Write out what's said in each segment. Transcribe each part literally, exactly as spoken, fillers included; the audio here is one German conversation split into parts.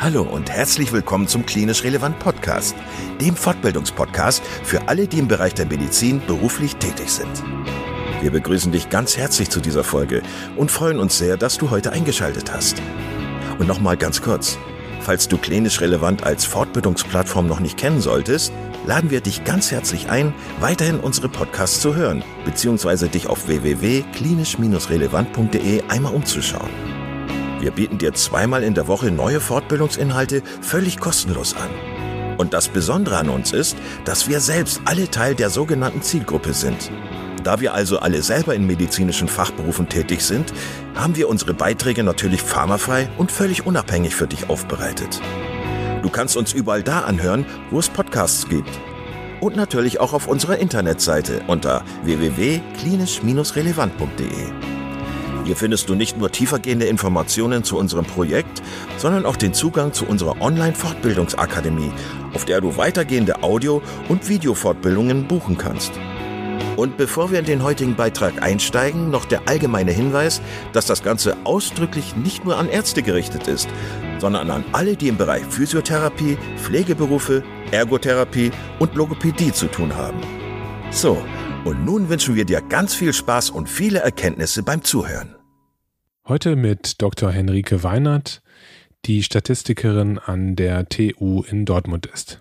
Hallo und herzlich willkommen zum Klinisch Relevant Podcast, dem Fortbildungspodcast für alle, die im Bereich der Medizin beruflich tätig sind. Wir begrüßen dich ganz herzlich zu dieser Folge und freuen uns sehr, dass du heute eingeschaltet hast. Und nochmal ganz kurz, falls du Klinisch Relevant als Fortbildungsplattform noch nicht kennen solltest, laden wir dich ganz herzlich ein, weiterhin unsere Podcasts zu hören, beziehungsweise dich auf w w w punkt klinisch relevant punkt de einmal umzuschauen. Wir bieten dir zweimal in der Woche neue Fortbildungsinhalte völlig kostenlos an. Und das Besondere an uns ist, dass wir selbst alle Teil der sogenannten Zielgruppe sind. Da wir also alle selber in medizinischen Fachberufen tätig sind, haben wir unsere Beiträge natürlich pharmafrei und völlig unabhängig für dich aufbereitet. Du kannst uns überall da anhören, wo es Podcasts gibt. Und natürlich auch auf unserer Internetseite unter w w w punkt klinisch relevant punkt de. Hier findest du nicht nur tiefergehende Informationen zu unserem Projekt, sondern auch den Zugang zu unserer Online-Fortbildungsakademie, auf der du weitergehende Audio- und Videofortbildungen buchen kannst. Und bevor wir in den heutigen Beitrag einsteigen, noch der allgemeine Hinweis, dass das Ganze ausdrücklich nicht nur an Ärzte gerichtet ist, sondern an alle, die im Bereich Physiotherapie, Pflegeberufe, Ergotherapie und Logopädie zu tun haben. So, und nun wünschen wir dir ganz viel Spaß und viele Erkenntnisse beim Zuhören. Heute mit Doktor Henrike Weinert, die Statistikerin an der T U in Dortmund ist.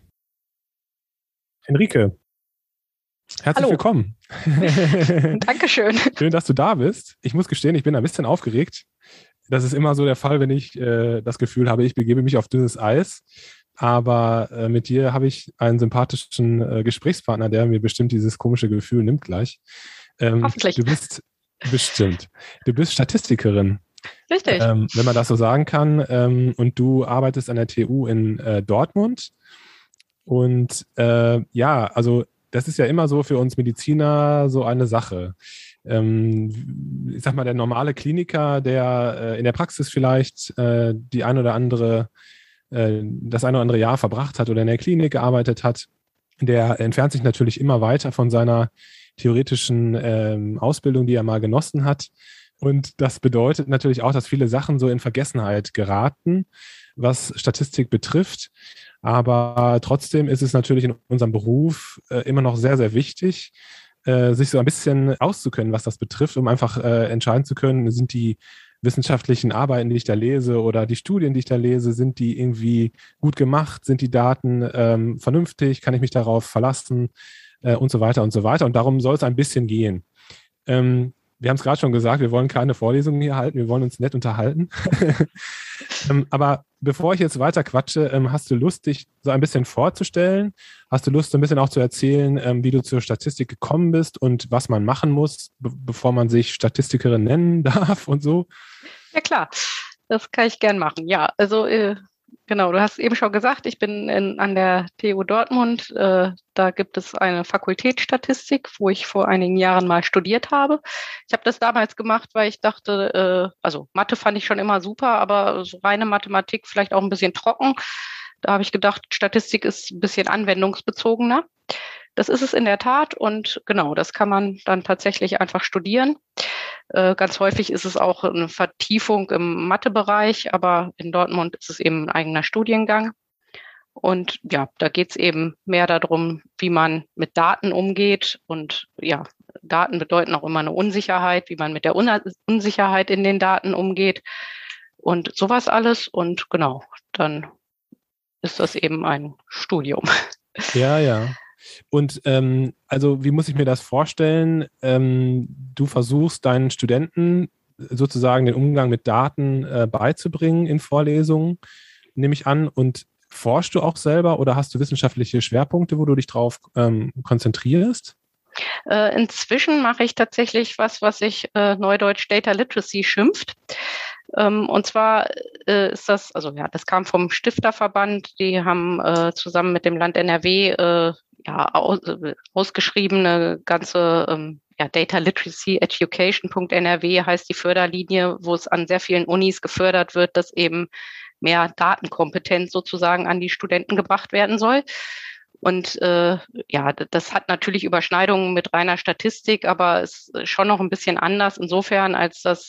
Henrike, herzlich Hallo. Willkommen. Dankeschön. Schön, dass du da bist. Ich muss gestehen, ich bin ein bisschen aufgeregt. Das ist immer so der Fall, wenn ich äh, das Gefühl habe, ich begebe mich auf dünnes Eis. Aber äh, mit dir habe ich einen sympathischen äh, Gesprächspartner, der mir bestimmt dieses komische Gefühl nimmt gleich. Ähm, Hoffentlich. Du bist bestimmt. Du bist Statistikerin. Richtig. Ähm, wenn man das so sagen kann. Ähm, und du arbeitest an der T U in äh, Dortmund. Und äh, ja, also das ist ja immer so für uns Mediziner so eine Sache. Ähm, ich sag mal, der normale Kliniker, der äh, in der Praxis vielleicht äh, die ein oder andere, äh, das ein oder andere Jahr verbracht hat oder in der Klinik gearbeitet hat, der entfernt sich natürlich immer weiter von seiner theoretischen ähm, Ausbildung, die er mal genossen hat. Und das bedeutet natürlich auch, dass viele Sachen so in Vergessenheit geraten, was Statistik betrifft. Aber trotzdem ist es natürlich in unserem Beruf äh, immer noch sehr, sehr wichtig, äh, sich so ein bisschen auszukennen, was das betrifft, um einfach äh, entscheiden zu können, sind die wissenschaftlichen Arbeiten, die ich da lese oder die Studien, die ich da lese, sind die irgendwie gut gemacht, sind die Daten ähm, vernünftig, kann ich mich darauf verlassen äh, und so weiter und so weiter. Und darum soll es ein bisschen gehen. Ähm, Wir haben es gerade schon gesagt, wir wollen keine Vorlesungen hier halten, wir wollen uns nett unterhalten. ähm, aber bevor ich jetzt weiter quatsche, ähm, hast du Lust, dich so ein bisschen vorzustellen? Hast du Lust, so ein bisschen auch zu erzählen, ähm, wie du zur Statistik gekommen bist und was man machen muss, be- bevor man sich Statistikerin nennen darf und so? Ja klar, das kann ich gern machen. Ja, also äh, genau, du hast eben schon gesagt, ich bin in, an der T U Dortmund. Äh, da gibt es eine Fakultät Statistik, wo ich vor einigen Jahren mal studiert habe. Ich habe das damals gemacht, weil ich dachte, äh, also Mathe fand ich schon immer super, aber so reine Mathematik vielleicht auch ein bisschen trocken. Da habe ich gedacht, Statistik ist ein bisschen anwendungsbezogener. Das ist es in der Tat und genau, das kann man dann tatsächlich einfach studieren. Äh, ganz häufig ist es auch eine Vertiefung im Mathebereich, aber in Dortmund ist es eben ein eigener Studiengang. Und ja, da geht es eben mehr darum, wie man mit Daten umgeht. Und ja, Daten bedeuten auch immer eine Unsicherheit, wie man mit der Un- Unsicherheit in den Daten umgeht und sowas alles. Und genau, dann ist das eben ein Studium. Ja, ja. Und ähm, also wie muss ich mir das vorstellen? Ähm, du versuchst deinen Studenten sozusagen den Umgang mit Daten äh, beizubringen in Vorlesungen, nehme ich an. Und forschst du auch selber oder hast du wissenschaftliche Schwerpunkte, wo du dich drauf ähm, konzentrierst? Äh, inzwischen mache ich tatsächlich was, was sich äh, neudeutsch Data Literacy schimpft. Ähm, und zwar äh, ist das, also ja, das kam vom Stifterverband, die haben äh, zusammen mit dem Land N R W äh, ja, aus, äh, ausgeschriebene ganze ähm, ja, Data Literacy Education Punkt N R W heißt die Förderlinie, wo es an sehr vielen Unis gefördert wird, dass eben mehr Datenkompetenz sozusagen an die Studenten gebracht werden soll. Und äh, ja, das hat natürlich Überschneidungen mit reiner Statistik, aber es ist schon noch ein bisschen anders insofern, als dass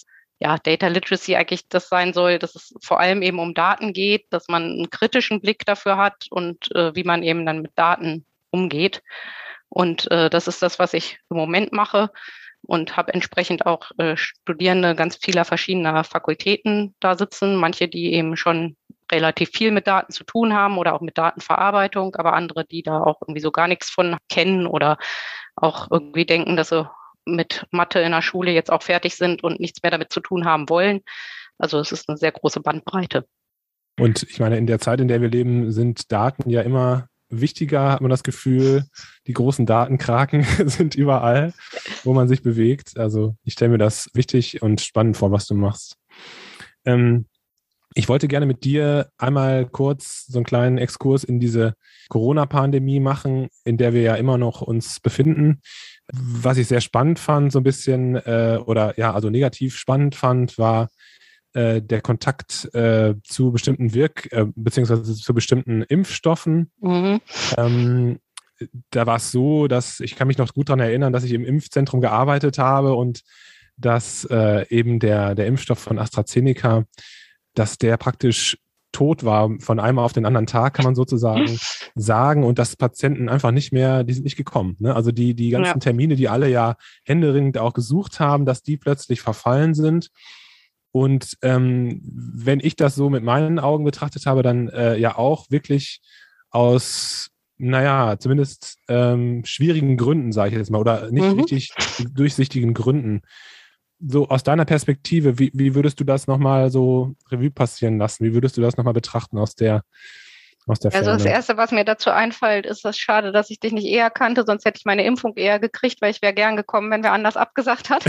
ja, Data Literacy eigentlich das sein soll, dass es vor allem eben um Daten geht, dass man einen kritischen Blick dafür hat und äh, wie man eben dann mit Daten umgeht. Und äh, das ist das, was ich im Moment mache und habe entsprechend auch äh, Studierende ganz vieler verschiedener Fakultäten da sitzen, manche, die eben schon relativ viel mit Daten zu tun haben oder auch mit Datenverarbeitung, aber andere, die da auch irgendwie so gar nichts von kennen oder auch irgendwie denken, dass sie mit Mathe in der Schule jetzt auch fertig sind und nichts mehr damit zu tun haben wollen. Also es ist eine sehr große Bandbreite. Und ich meine, in der Zeit, in der wir leben, sind Daten ja immer wichtiger, hat man das Gefühl. Die großen Datenkraken sind überall, wo man sich bewegt. Also ich stelle mir das wichtig und spannend vor, was du machst. Ähm, ich wollte gerne mit dir einmal kurz so einen kleinen Exkurs in diese Corona-Pandemie machen, in der wir ja immer noch uns befinden. Was ich sehr spannend fand, so ein bisschen, äh, oder ja, also negativ spannend fand, war äh, der Kontakt äh, zu bestimmten Wirk- äh, beziehungsweise zu bestimmten Impfstoffen. Mhm. Ähm, da war es so, dass ich kann mich noch gut daran erinnern, dass ich im Impfzentrum gearbeitet habe und dass äh, eben der, der Impfstoff von AstraZeneca, dass der praktisch tot war von einem auf den anderen Tag, kann man sozusagen sagen, und dass Patienten einfach nicht mehr, die sind nicht gekommen. Ne? Also die, die ganzen ja. Termine, die alle ja händeringend auch gesucht haben, dass die plötzlich verfallen sind. Und ähm, wenn ich das so mit meinen Augen betrachtet habe, dann äh, ja auch wirklich aus, naja, zumindest ähm, schwierigen Gründen, sage ich jetzt mal, oder nicht mhm. richtig durchsichtigen Gründen. So aus deiner Perspektive, wie, wie würdest du das nochmal so Revue passieren lassen? Wie würdest du das nochmal betrachten aus der, aus der Ferne? Also das Erste, was mir dazu einfällt, ist das schade, dass ich dich nicht eher kannte, sonst hätte ich meine Impfung eher gekriegt, weil ich wäre gern gekommen, wenn wer anders abgesagt hat.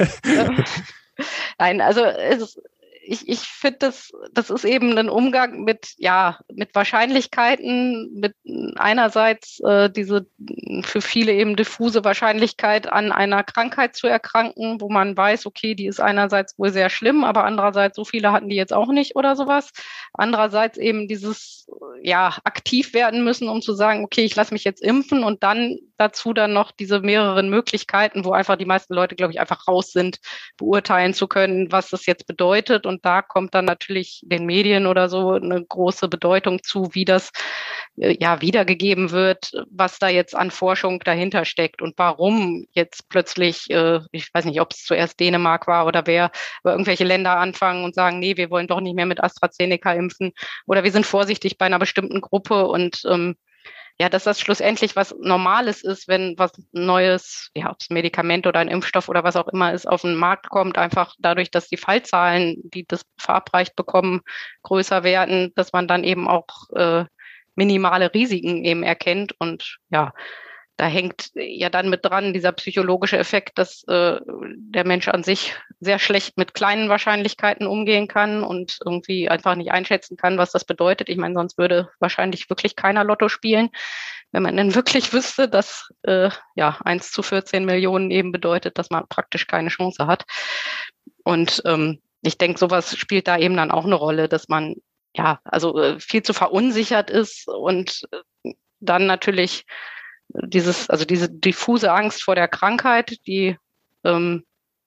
Nein, also es ist, ich, ich finde, das, das ist eben ein Umgang mit, ja, mit Wahrscheinlichkeiten, mit einerseits äh, diese für viele eben diffuse Wahrscheinlichkeit, an einer Krankheit zu erkranken, wo man weiß, okay, die ist einerseits wohl sehr schlimm, aber andererseits, so viele hatten die jetzt auch nicht oder sowas. Andererseits eben dieses, ja, aktiv werden müssen, um zu sagen, okay, ich lasse mich jetzt impfen, und dann dazu dann noch diese mehreren Möglichkeiten, wo einfach die meisten Leute, glaube ich, einfach raus sind, beurteilen zu können, was das jetzt bedeutet. Und da kommt dann natürlich den Medien oder so eine große Bedeutung zu, wie das äh, ja wiedergegeben wird, was da jetzt an Forschung dahinter steckt und warum jetzt plötzlich, äh, ich weiß nicht, ob es zuerst Dänemark war oder wer, aber irgendwelche Länder anfangen und sagen, nee, wir wollen doch nicht mehr mit AstraZeneca impfen oder wir sind vorsichtig bei einer bestimmten Gruppe. Und ähm, ja, dass das schlussendlich was Normales ist, wenn was Neues, ja, ob es ein Medikament oder ein Impfstoff oder was auch immer ist, auf den Markt kommt, einfach dadurch, dass die Fallzahlen, die das verabreicht bekommen, größer werden, dass man dann eben auch äh, minimale Risiken eben erkennt. Und ja, da hängt ja dann mit dran dieser psychologische Effekt, dass äh, der Mensch an sich sehr schlecht mit kleinen Wahrscheinlichkeiten umgehen kann und irgendwie einfach nicht einschätzen kann, was das bedeutet. Ich meine, sonst würde wahrscheinlich wirklich keiner Lotto spielen, wenn man denn wirklich wüsste, dass äh, ja eins zu vierzehn Millionen eben bedeutet, dass man praktisch keine Chance hat. Und ähm, ich denke, sowas spielt da eben dann auch eine Rolle, dass man ja also äh, viel zu verunsichert ist und äh, dann natürlich dieses, also diese diffuse Angst vor der Krankheit, die, ähm,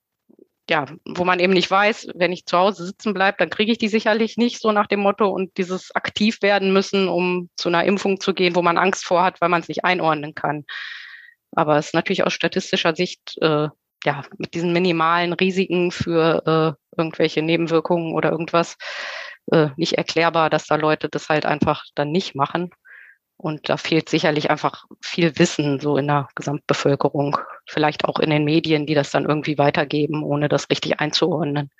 ja, wo man eben nicht weiß, wenn ich zu Hause sitzen bleibe, dann kriege ich die sicherlich nicht, so nach dem Motto, und dieses aktiv werden müssen, um zu einer Impfung zu gehen, wo man Angst vor hat, weil man es nicht einordnen kann. Aber es ist natürlich aus statistischer Sicht, äh, ja, mit diesen minimalen Risiken für äh, irgendwelche Nebenwirkungen oder irgendwas äh, nicht erklärbar, dass da Leute das halt einfach dann nicht machen. Und da fehlt sicherlich einfach viel Wissen so in der Gesamtbevölkerung, vielleicht auch in den Medien, die das dann irgendwie weitergeben, ohne das richtig einzuordnen.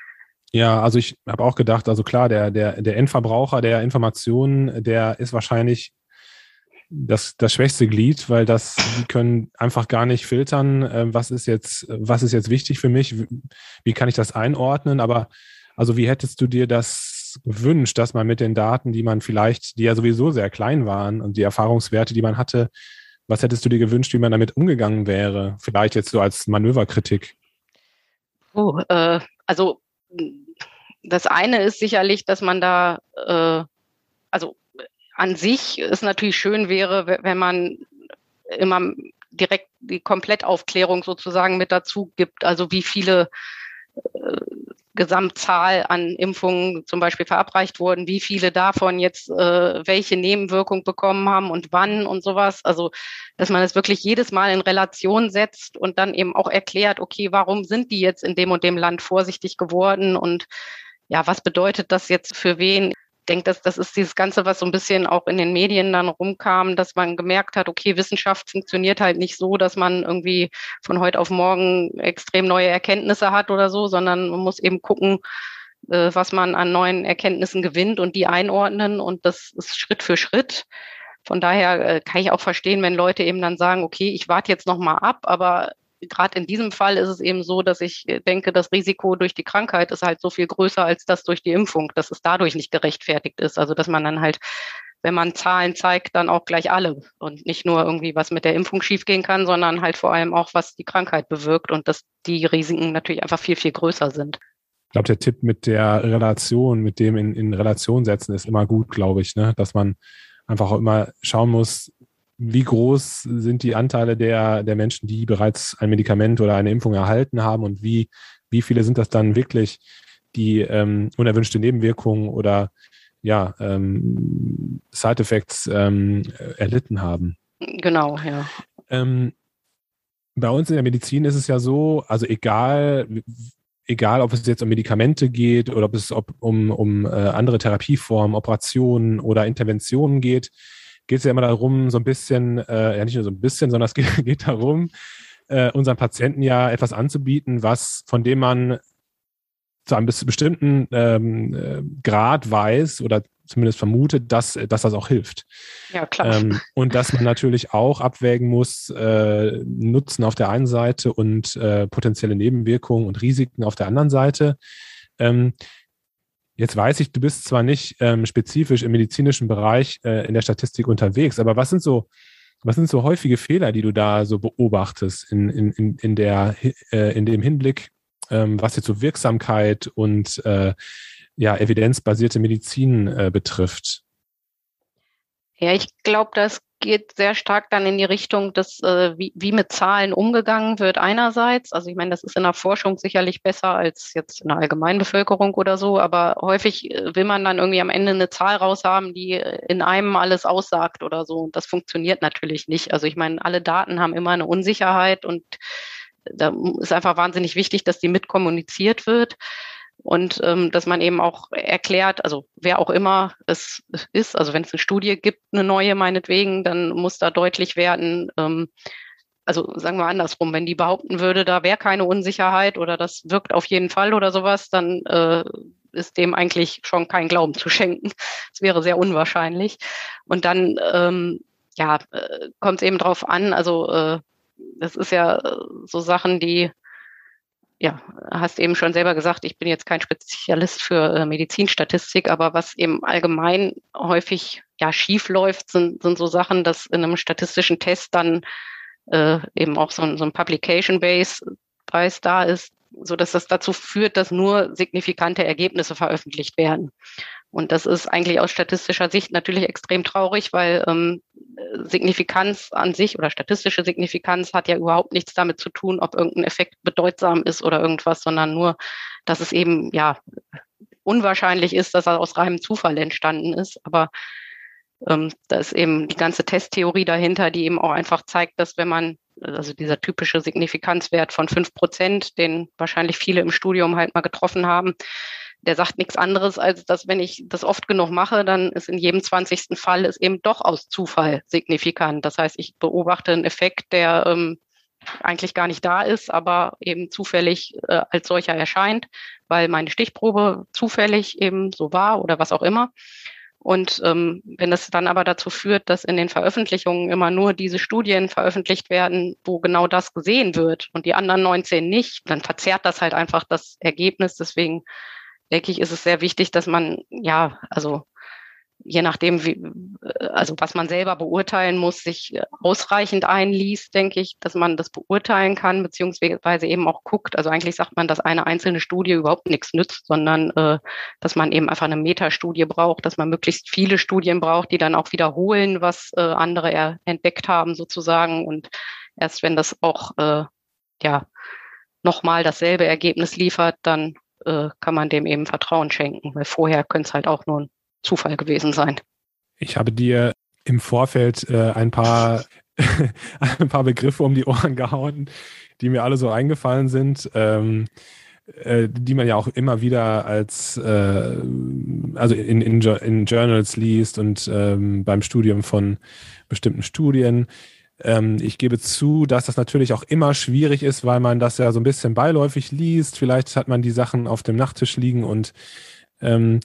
Ja, also ich habe auch gedacht, also klar, der, der, der Endverbraucher der Informationen, der ist wahrscheinlich das, das schwächste Glied, weil das, die können einfach gar nicht filtern, äh, was ist jetzt, was ist jetzt wichtig für mich, wie, wie kann ich das einordnen, aber also wie hättest du dir das gewünscht, dass man mit den Daten, die man vielleicht, die ja sowieso sehr klein waren und die Erfahrungswerte, die man hatte, was hättest du dir gewünscht, wie man damit umgegangen wäre? Vielleicht jetzt so als Manöverkritik. Oh, äh, also das eine ist sicherlich, dass man da, äh, also an sich es natürlich schön wäre, wenn man immer direkt die Komplettaufklärung sozusagen mit dazu gibt, also wie viele Gesamtzahl an Impfungen zum Beispiel verabreicht wurden, wie viele davon jetzt äh, welche Nebenwirkung bekommen haben und wann und sowas. Also, dass man es wirklich jedes Mal in Relation setzt und dann eben auch erklärt, okay, warum sind die jetzt in dem und dem Land vorsichtig geworden und ja, was bedeutet das jetzt für wen? Ich denke, dass das ist dieses Ganze, was so ein bisschen auch in den Medien dann rumkam, dass man gemerkt hat, okay, Wissenschaft funktioniert halt nicht so, dass man irgendwie von heute auf morgen extrem neue Erkenntnisse hat oder so, sondern man muss eben gucken, äh, was man an neuen Erkenntnissen gewinnt und die einordnen und das ist Schritt für Schritt. Von daher äh, kann ich auch verstehen, wenn Leute eben dann sagen, okay, ich warte jetzt noch mal ab, aber gerade in diesem Fall ist es eben so, dass ich denke, das Risiko durch die Krankheit ist halt so viel größer als das durch die Impfung, dass es dadurch nicht gerechtfertigt ist. Also dass man dann halt, wenn man Zahlen zeigt, dann auch gleich alle und nicht nur irgendwie, was mit der Impfung schiefgehen kann, sondern halt vor allem auch, was die Krankheit bewirkt und dass die Risiken natürlich einfach viel, viel größer sind. Ich glaube, der Tipp mit der Relation, mit dem in, in Relation setzen, ist immer gut, glaube ich, ne? Dass man einfach auch immer schauen muss, wie groß sind die Anteile der, der Menschen, die bereits ein Medikament oder eine Impfung erhalten haben und wie, wie viele sind das dann wirklich, die ähm, unerwünschte Nebenwirkungen oder ja, ähm, Side-Effects ähm, erlitten haben. Genau, ja. Ähm, bei uns in der Medizin ist es ja so, also egal, egal ob es jetzt um Medikamente geht oder ob es ob, um, um äh, andere Therapieformen, Operationen oder Interventionen geht, geht es ja immer darum, so ein bisschen, äh, ja nicht nur so ein bisschen, sondern es geht, geht darum, äh, unseren Patienten ja etwas anzubieten, was, von dem man zu einem bestimmten ähm, äh, Grad weiß oder zumindest vermutet, dass, dass das auch hilft. Ja, klar. Ähm, und dass man natürlich auch abwägen muss, äh, Nutzen auf der einen Seite und äh, potenzielle Nebenwirkungen und Risiken auf der anderen Seite. Ähm, Jetzt weiß ich, du bist zwar nicht ähm, spezifisch im medizinischen Bereich äh, in der Statistik unterwegs, aber was sind so, was sind so häufige Fehler, die du da so beobachtest in, in, in, in, der, äh, in dem Hinblick, ähm, was jetzt so Wirksamkeit und äh, ja, evidenzbasierte Medizin äh, betrifft? Ja, ich glaube, das geht sehr stark dann in die Richtung, dass äh, wie, wie mit Zahlen umgegangen wird einerseits. Also ich meine, das ist in der Forschung sicherlich besser als jetzt in der Allgemeinbevölkerung oder so, aber häufig äh, will man dann irgendwie am Ende eine Zahl raushaben, die in einem alles aussagt oder so. Und das funktioniert natürlich nicht. Also ich meine, alle Daten haben immer eine Unsicherheit und da ist einfach wahnsinnig wichtig, dass die mitkommuniziert wird. Und ähm, dass man eben auch erklärt, also wer auch immer es ist, also wenn es eine Studie gibt, eine neue meinetwegen, dann muss da deutlich werden, ähm, also sagen wir andersrum, wenn die behaupten würde, da wäre keine Unsicherheit oder das wirkt auf jeden Fall oder sowas, dann äh, ist dem eigentlich schon kein Glauben zu schenken. Das wäre sehr unwahrscheinlich. Und dann ähm, ja, äh, kommt es eben drauf an, also äh, das ist ja so Sachen, die ja, hast eben schon selber gesagt, ich bin jetzt kein Spezialist für äh, Medizinstatistik, aber was eben allgemein häufig ja schief läuft, sind, sind so Sachen, dass in einem statistischen Test dann äh, eben auch so ein, so ein Publication-Base-Preis da ist, so dass das dazu führt, dass nur signifikante Ergebnisse veröffentlicht werden. Und das ist eigentlich aus statistischer Sicht natürlich extrem traurig, weil ähm, Signifikanz an sich oder statistische Signifikanz hat ja überhaupt nichts damit zu tun, ob irgendein Effekt bedeutsam ist oder irgendwas, sondern nur, dass es eben ja unwahrscheinlich ist, dass er aus reinem Zufall entstanden ist. Aber ähm, da ist eben die ganze Testtheorie dahinter, die eben auch einfach zeigt, dass wenn man, also dieser typische Signifikanzwert von fünf Prozent, den wahrscheinlich viele im Studium halt mal getroffen haben, der sagt nichts anderes, als dass, wenn ich das oft genug mache, dann ist in jedem zwanzigsten Fall ist eben doch aus Zufall signifikant. Das heißt, ich beobachte einen Effekt, der ähm, eigentlich gar nicht da ist, aber eben zufällig äh, als solcher erscheint, weil meine Stichprobe zufällig eben so war oder was auch immer. Und ähm, wenn das dann aber dazu führt, dass in den Veröffentlichungen immer nur diese Studien veröffentlicht werden, wo genau das gesehen wird und die anderen neunzehn nicht, dann verzerrt das halt einfach das Ergebnis. Deswegen denke ich, ist es sehr wichtig, dass man, ja, also je nachdem, wie, also was man selber beurteilen muss, sich ausreichend einliest, denke ich, dass man das beurteilen kann, beziehungsweise eben auch guckt. Also eigentlich sagt man, dass eine einzelne Studie überhaupt nichts nützt, sondern äh, dass man eben einfach eine Metastudie braucht, dass man möglichst viele Studien braucht, die dann auch wiederholen, was äh, andere er entdeckt haben sozusagen. Und erst wenn das auch, äh, ja, nochmal dasselbe Ergebnis liefert, dann äh, kann man dem eben Vertrauen schenken, weil vorher könnte es halt auch nur ein Zufall gewesen sein. Ich habe dir im Vorfeld äh, ein paar ein paar Begriffe um die Ohren gehauen, die mir alle so eingefallen sind, ähm, äh, die man ja auch immer wieder als äh, also in, in, in Journals liest und ähm, beim Studium von bestimmten Studien. Ähm, ich gebe zu, dass das natürlich auch immer schwierig ist, weil man das ja so ein bisschen beiläufig liest. Vielleicht hat man die Sachen auf dem Nachttisch liegen und ähm,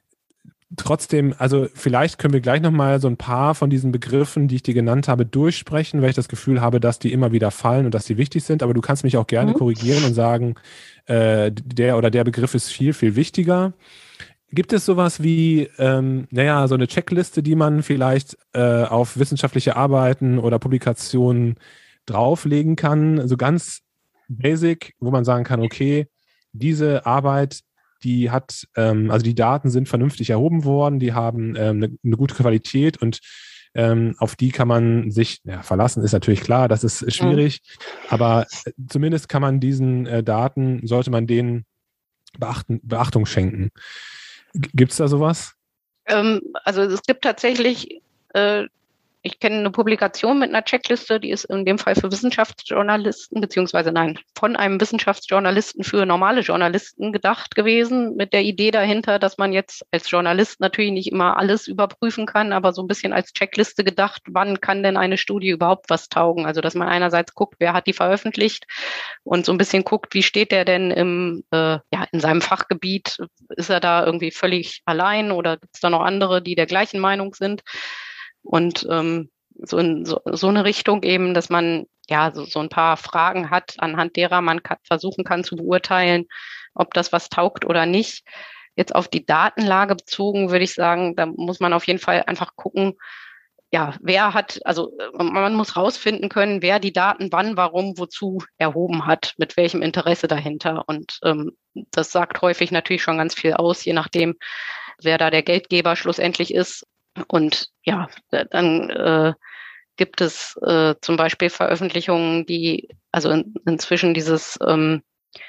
trotzdem, also vielleicht können wir gleich nochmal so ein paar von diesen Begriffen, die ich dir genannt habe, durchsprechen, weil ich das Gefühl habe, dass die immer wieder fallen und dass die wichtig sind. Aber du kannst mich auch gerne mhm. korrigieren und sagen, äh, der oder der Begriff ist viel, viel wichtiger. Gibt es sowas wie, ähm, naja, so eine Checkliste, die man vielleicht äh, auf wissenschaftliche Arbeiten oder Publikationen drauflegen kann, so ganz basic, wo man sagen kann, okay, diese Arbeit, die hat, ähm, also die Daten sind vernünftig erhoben worden, die haben ähm, eine, eine gute Qualität und ähm, auf die kann man sich ja, verlassen, ist natürlich klar, das ist schwierig, mhm. aber zumindest kann man diesen äh, Daten, sollte man denen beachten, Beachtung schenken. Gibt es da sowas? Ähm, also es gibt tatsächlich, äh, ich kenne eine Publikation mit einer Checkliste, die ist in dem Fall für Wissenschaftsjournalisten, beziehungsweise nein, von einem Wissenschaftsjournalisten für normale Journalisten gedacht gewesen, mit der Idee dahinter, dass man jetzt als Journalist natürlich nicht immer alles überprüfen kann, aber so ein bisschen als Checkliste gedacht, wann kann denn eine Studie überhaupt was taugen? Also dass man einerseits guckt, wer hat die veröffentlicht und so ein bisschen guckt, wie steht der denn im, äh, ja, in seinem Fachgebiet? Ist er da irgendwie völlig allein oder gibt es da noch andere, die der gleichen Meinung sind? Und ähm, so in so, so eine Richtung eben, dass man ja so, so ein paar Fragen hat, anhand derer man kann, versuchen kann zu beurteilen, ob das was taugt oder nicht. Jetzt auf die Datenlage bezogen würde ich sagen, da muss man auf jeden Fall einfach gucken, ja, wer hat, also man muss rausfinden können, wer die Daten wann, warum, wozu erhoben hat, mit welchem Interesse dahinter. Und ähm, das sagt häufig natürlich schon ganz viel aus, je nachdem, wer da der Geldgeber schlussendlich ist. Und ja, dann äh, gibt es äh, zum Beispiel Veröffentlichungen, die, also in, inzwischen dieses, ähm,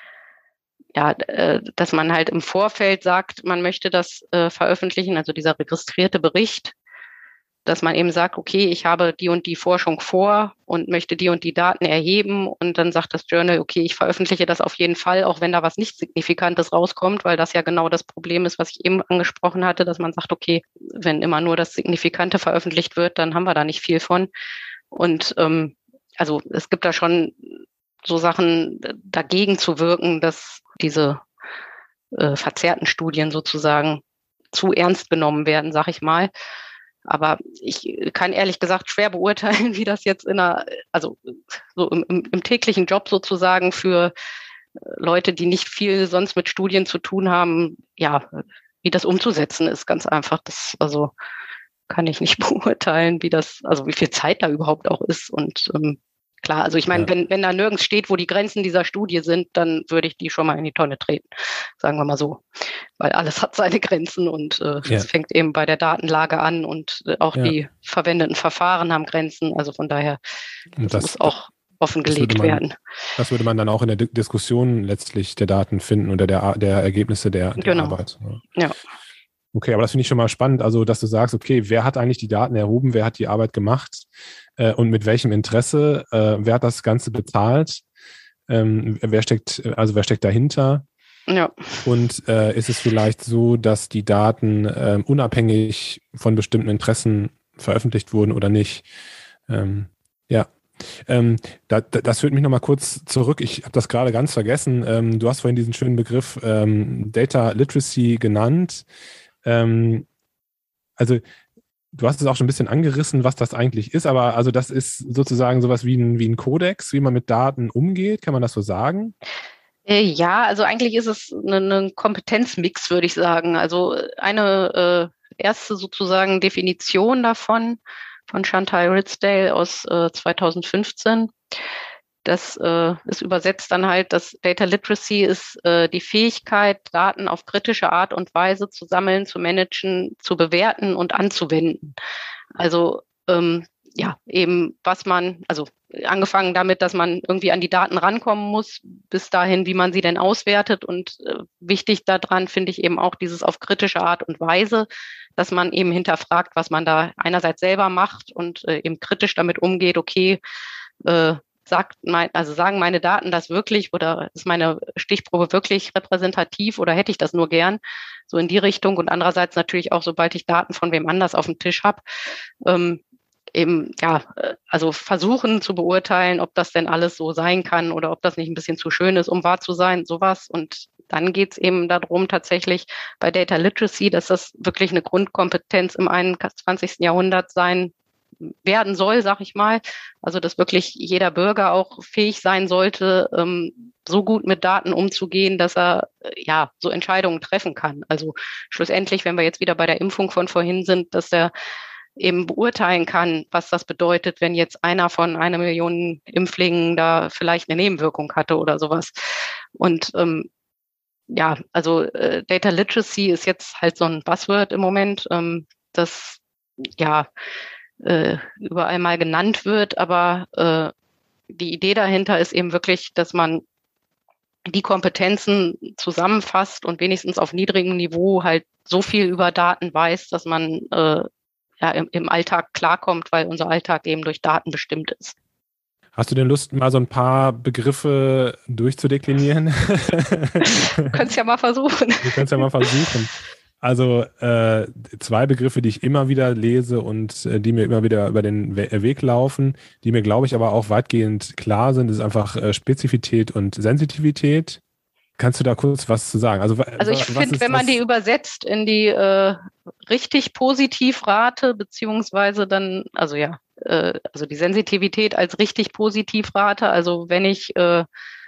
ja, äh, dass man halt im Vorfeld sagt, man möchte das äh, veröffentlichen, also dieser registrierte Bericht, dass man eben sagt, okay, ich habe die und die Forschung vor und möchte die und die Daten erheben und dann sagt das Journal, okay, ich veröffentliche das auf jeden Fall, auch wenn da was nicht Signifikantes rauskommt, weil das ja genau das Problem ist, was ich eben angesprochen hatte, dass man sagt, okay, wenn immer nur das Signifikante veröffentlicht wird, dann haben wir da nicht viel von. Und ähm, also es gibt da schon so Sachen dagegen zu wirken, dass diese äh, verzerrten Studien sozusagen zu ernst genommen werden, sag ich mal. Aber ich kann ehrlich gesagt schwer beurteilen, wie das jetzt in einer, also so im, im täglichen Job sozusagen für Leute, die nicht viel sonst mit Studien zu tun haben, ja, wie das umzusetzen ist, ganz einfach. Das, also kann ich nicht beurteilen, wie das, also wie viel Zeit da überhaupt auch ist. Und ähm, klar, also ich meine, ja. wenn, wenn da nirgends steht, wo die Grenzen dieser Studie sind, dann würde ich die schon mal in die Tonne treten, sagen wir mal so. Weil alles hat seine Grenzen und äh, es ja. fängt eben bei der Datenlage an und äh, auch ja. die verwendeten Verfahren haben Grenzen. Also von daher, das, das muss auch offengelegt man, werden. Das würde man dann auch in der D- Diskussion letztlich der Daten finden oder der, der Ergebnisse der, der genau. Arbeit. Ja. Okay, aber das finde ich schon mal spannend, also dass du sagst, okay, wer hat eigentlich die Daten erhoben, wer hat die Arbeit gemacht äh, und mit welchem Interesse, äh, wer hat das Ganze bezahlt, ähm, wer steckt, also wer steckt dahinter? Ja. Und äh, ist es vielleicht so, dass die Daten äh, unabhängig von bestimmten Interessen veröffentlicht wurden oder nicht? Ähm, ja. Ähm, da, da, das führt mich nochmal kurz zurück. Ich habe das gerade ganz vergessen. Ähm, du hast vorhin diesen schönen Begriff ähm, Data Literacy genannt. Ähm, also du hast es auch schon ein bisschen angerissen, was das eigentlich ist, aber also das ist sozusagen sowas wie ein, wie ein Kodex, wie man mit Daten umgeht. Kann man das so sagen? Ja, also eigentlich ist es ein Kompetenzmix, würde ich sagen. Also eine äh, erste sozusagen Definition davon von Chantal Ridsdale aus äh, zweitausendfünfzehn. Das äh, ist übersetzt dann halt, dass Data Literacy ist äh, die Fähigkeit, Daten auf kritische Art und Weise zu sammeln, zu managen, zu bewerten und anzuwenden. Also ähm, ja, eben was man, also angefangen damit, dass man irgendwie an die Daten rankommen muss, bis dahin, wie man sie denn auswertet. Und äh, wichtig daran finde ich eben auch dieses auf kritische Art und Weise, dass man eben hinterfragt, was man da einerseits selber macht und äh, eben kritisch damit umgeht, okay, äh, sagt mein, also sagen meine Daten das wirklich oder ist meine Stichprobe wirklich repräsentativ oder hätte ich das nur gern? So in die Richtung. Und andererseits natürlich auch, sobald ich Daten von wem anders auf dem Tisch habe, ähm, eben, ja, also versuchen zu beurteilen, ob das denn alles so sein kann oder ob das nicht ein bisschen zu schön ist, um wahr zu sein, sowas. Und dann geht es eben darum, tatsächlich bei Data Literacy, dass das wirklich eine Grundkompetenz im einundzwanzigsten Jahrhundert sein werden soll, sag ich mal. Also, dass wirklich jeder Bürger auch fähig sein sollte, ähm, so gut mit Daten umzugehen, dass er ja so Entscheidungen treffen kann. Also schlussendlich, wenn wir jetzt wieder bei der Impfung von vorhin sind, dass er eben beurteilen kann, was das bedeutet, wenn jetzt einer von einer Million Impflingen da vielleicht eine Nebenwirkung hatte oder sowas. Und ähm, ja, also äh, Data Literacy ist jetzt halt so ein Buzzword im Moment, ähm, das ja äh, überall mal genannt wird, aber äh, die Idee dahinter ist eben wirklich, dass man die Kompetenzen zusammenfasst und wenigstens auf niedrigem Niveau halt so viel über Daten weiß, dass man äh, ja, im, im Alltag klarkommt, weil unser Alltag eben durch Daten bestimmt ist. Hast du denn Lust, mal so ein paar Begriffe durchzudeklinieren? Du könntest ja mal versuchen. Du könntest ja mal versuchen. Also äh, zwei Begriffe, die ich immer wieder lese und äh, die mir immer wieder über den We- Weg laufen, die mir, glaube ich, aber auch weitgehend klar sind, ist einfach äh, Spezifität und Sensitivität. Kannst du da kurz was zu sagen? Also, also ich finde, wenn man die übersetzt in die äh, richtig Positivrate, beziehungsweise dann, also ja, äh, also die Sensitivität als richtig Positivrate, also wenn ich äh,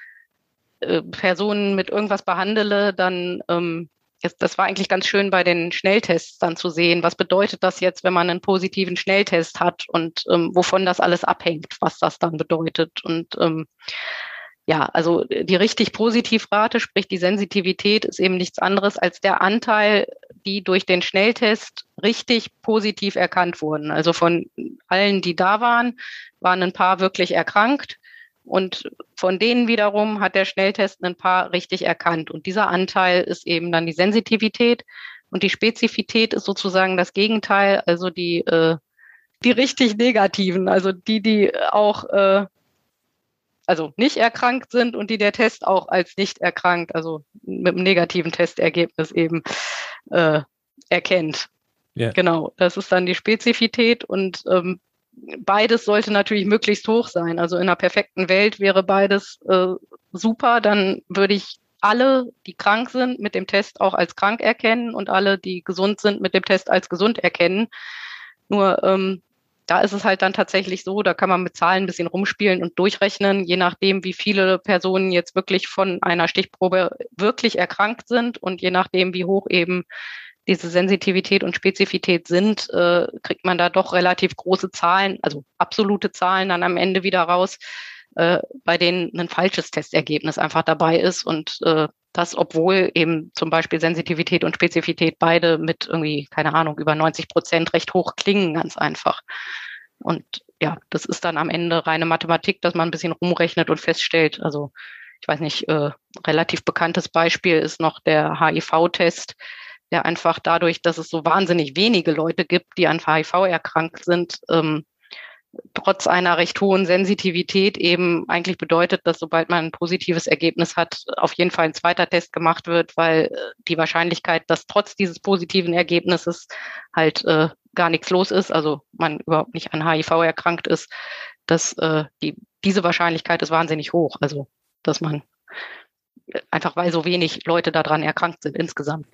äh, Personen mit irgendwas behandle, dann ähm, jetzt, das war eigentlich ganz schön bei den Schnelltests dann zu sehen, was bedeutet das jetzt, wenn man einen positiven Schnelltest hat und ähm, wovon das alles abhängt, was das dann bedeutet. Und ähm, ja, also die richtig Positivrate, sprich die Sensitivität, ist eben nichts anderes als der Anteil, die durch den Schnelltest richtig positiv erkannt wurden. Also von allen, die da waren, waren ein paar wirklich erkrankt. Und von denen wiederum hat der Schnelltest ein paar richtig erkannt. Und dieser Anteil ist eben dann die Sensitivität. Und die Spezifität ist sozusagen das Gegenteil, also die, äh, die richtig negativen, also die, die auch äh, also nicht erkrankt sind und die der Test auch als nicht erkrankt, also mit einem negativen Testergebnis eben äh, erkennt. Yeah. Genau, das ist dann die Spezifität und ähm, beides sollte natürlich möglichst hoch sein. Also in einer perfekten Welt wäre beides äh, super, dann würde ich alle, die krank sind, mit dem Test auch als krank erkennen und alle, die gesund sind, mit dem Test als gesund erkennen. Nur ähm, da ist es halt dann tatsächlich so, da kann man mit Zahlen ein bisschen rumspielen und durchrechnen, je nachdem, wie viele Personen jetzt wirklich von einer Stichprobe wirklich erkrankt sind und je nachdem, wie hoch eben diese Sensitivität und Spezifität sind, äh, kriegt man da doch relativ große Zahlen, also absolute Zahlen dann am Ende wieder raus, äh, bei denen ein falsches Testergebnis einfach dabei ist und äh, das, obwohl eben zum Beispiel Sensitivität und Spezifität beide mit irgendwie, keine Ahnung, über neunzig Prozent recht hoch klingen, ganz einfach. Und ja, das ist dann am Ende reine Mathematik, dass man ein bisschen rumrechnet und feststellt, also ich weiß nicht, äh, relativ bekanntes Beispiel ist noch der H I V-Test, der einfach dadurch, dass es so wahnsinnig wenige Leute gibt, die an H I V erkrankt sind, ähm, trotz einer recht hohen Sensitivität eben eigentlich bedeutet, dass sobald man ein positives Ergebnis hat, auf jeden Fall ein zweiter Test gemacht wird, weil die Wahrscheinlichkeit, dass trotz dieses positiven Ergebnisses halt äh, gar nichts los ist, also man überhaupt nicht an H I V erkrankt ist, dass äh, die, diese Wahrscheinlichkeit ist wahnsinnig hoch. Also dass man einfach, weil so wenig Leute daran erkrankt sind insgesamt.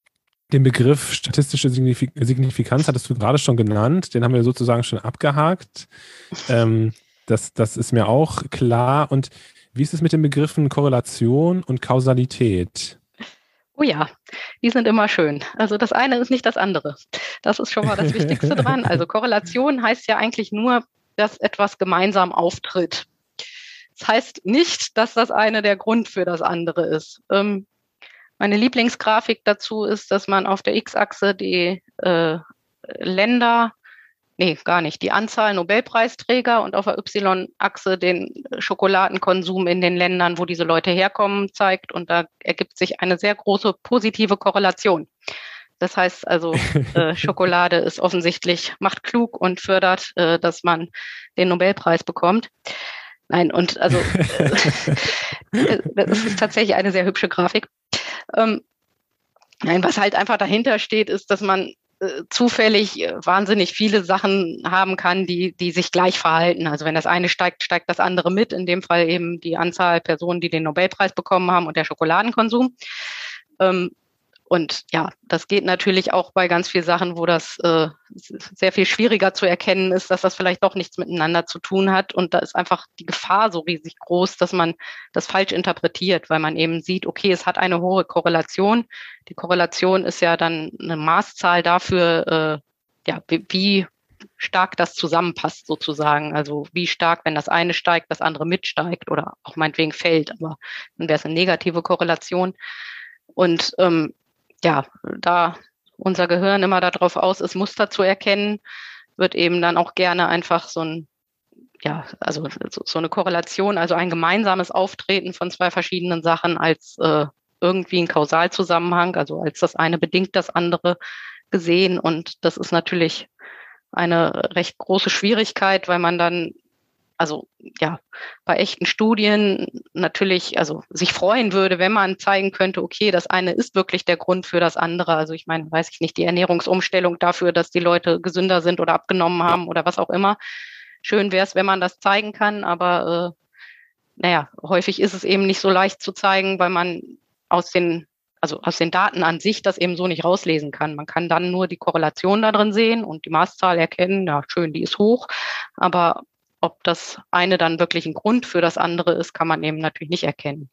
Den Begriff statistische Signifik- Signifikanz hattest du gerade schon genannt, den haben wir sozusagen schon abgehakt. Ähm, das, das ist mir auch klar. Und wie ist es mit den Begriffen Korrelation und Kausalität? Oh ja, die sind immer schön. Also das eine ist nicht das andere. Das ist schon mal das Wichtigste dran. Also Korrelation heißt ja eigentlich nur, dass etwas gemeinsam auftritt. Das heißt nicht, dass das eine der Grund für das andere ist. Ähm, Meine Lieblingsgrafik dazu ist, dass man auf der X-Achse die äh, Länder nee, gar nicht, die Anzahl Nobelpreisträger und auf der Y-Achse den Schokoladenkonsum in den Ländern, wo diese Leute herkommen, zeigt. Und da ergibt sich eine sehr große positive Korrelation. Das heißt also, äh, Schokolade ist offensichtlich, macht klug und fördert, äh, dass man den Nobelpreis bekommt. Nein, und also äh, das ist tatsächlich eine sehr hübsche Grafik. Ähm, nein, was halt einfach dahinter steht, ist, dass man äh, zufällig äh, wahnsinnig viele Sachen haben kann, die, die sich gleich verhalten. Also wenn das eine steigt, steigt das andere mit. In dem Fall eben die Anzahl Personen, die den Nobelpreis bekommen haben und der Schokoladenkonsum. Ähm, Und ja, das geht natürlich auch bei ganz vielen Sachen, wo das äh, sehr viel schwieriger zu erkennen ist, dass das vielleicht doch nichts miteinander zu tun hat. Und da ist einfach die Gefahr so riesig groß, dass man das falsch interpretiert, weil man eben sieht, okay, es hat eine hohe Korrelation. Die Korrelation ist ja dann eine Maßzahl dafür, äh, ja, wie, wie stark das zusammenpasst sozusagen. Also wie stark, wenn das eine steigt, das andere mitsteigt oder auch meinetwegen fällt. Aber dann wäre es eine negative Korrelation. Und ähm, ja, da unser Gehirn immer darauf aus ist, Muster zu erkennen, wird eben dann auch gerne einfach so ein, ja, also so eine Korrelation, also ein gemeinsames Auftreten von zwei verschiedenen Sachen als äh, irgendwie ein Kausalzusammenhang, also als das eine bedingt das andere gesehen. Und das ist natürlich eine recht große Schwierigkeit, weil man dann also ja, bei echten Studien natürlich, also sich freuen würde, wenn man zeigen könnte, okay, das eine ist wirklich der Grund für das andere. Also ich meine, weiß ich nicht, die Ernährungsumstellung dafür, dass die Leute gesünder sind oder abgenommen haben oder was auch immer. Schön wäre es, wenn man das zeigen kann, aber äh, naja, häufig ist es eben nicht so leicht zu zeigen, weil man aus den, also aus den Daten an sich das eben so nicht rauslesen kann. Man kann dann nur die Korrelation da drin sehen und die Maßzahl erkennen, ja schön, die ist hoch, aber ob das eine dann wirklich ein Grund für das andere ist, kann man eben natürlich nicht erkennen.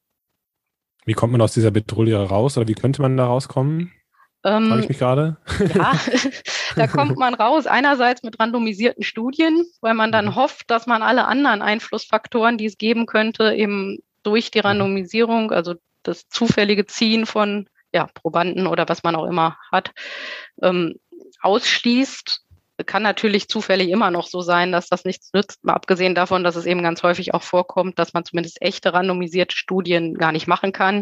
Wie kommt man aus dieser Bedrohung raus oder wie könnte man da rauskommen? Ähm, Frage ich mich gerade. Ja, da kommt man raus. Einerseits mit randomisierten Studien, weil man dann mhm. hofft, dass man alle anderen Einflussfaktoren, die es geben könnte, eben durch die Randomisierung, also das zufällige Ziehen von ja, Probanden oder was man auch immer hat, ähm, ausschließt. Kann natürlich zufällig immer noch so sein, dass das nichts nützt, mal abgesehen davon, dass es eben ganz häufig auch vorkommt, dass man zumindest echte randomisierte Studien gar nicht machen kann.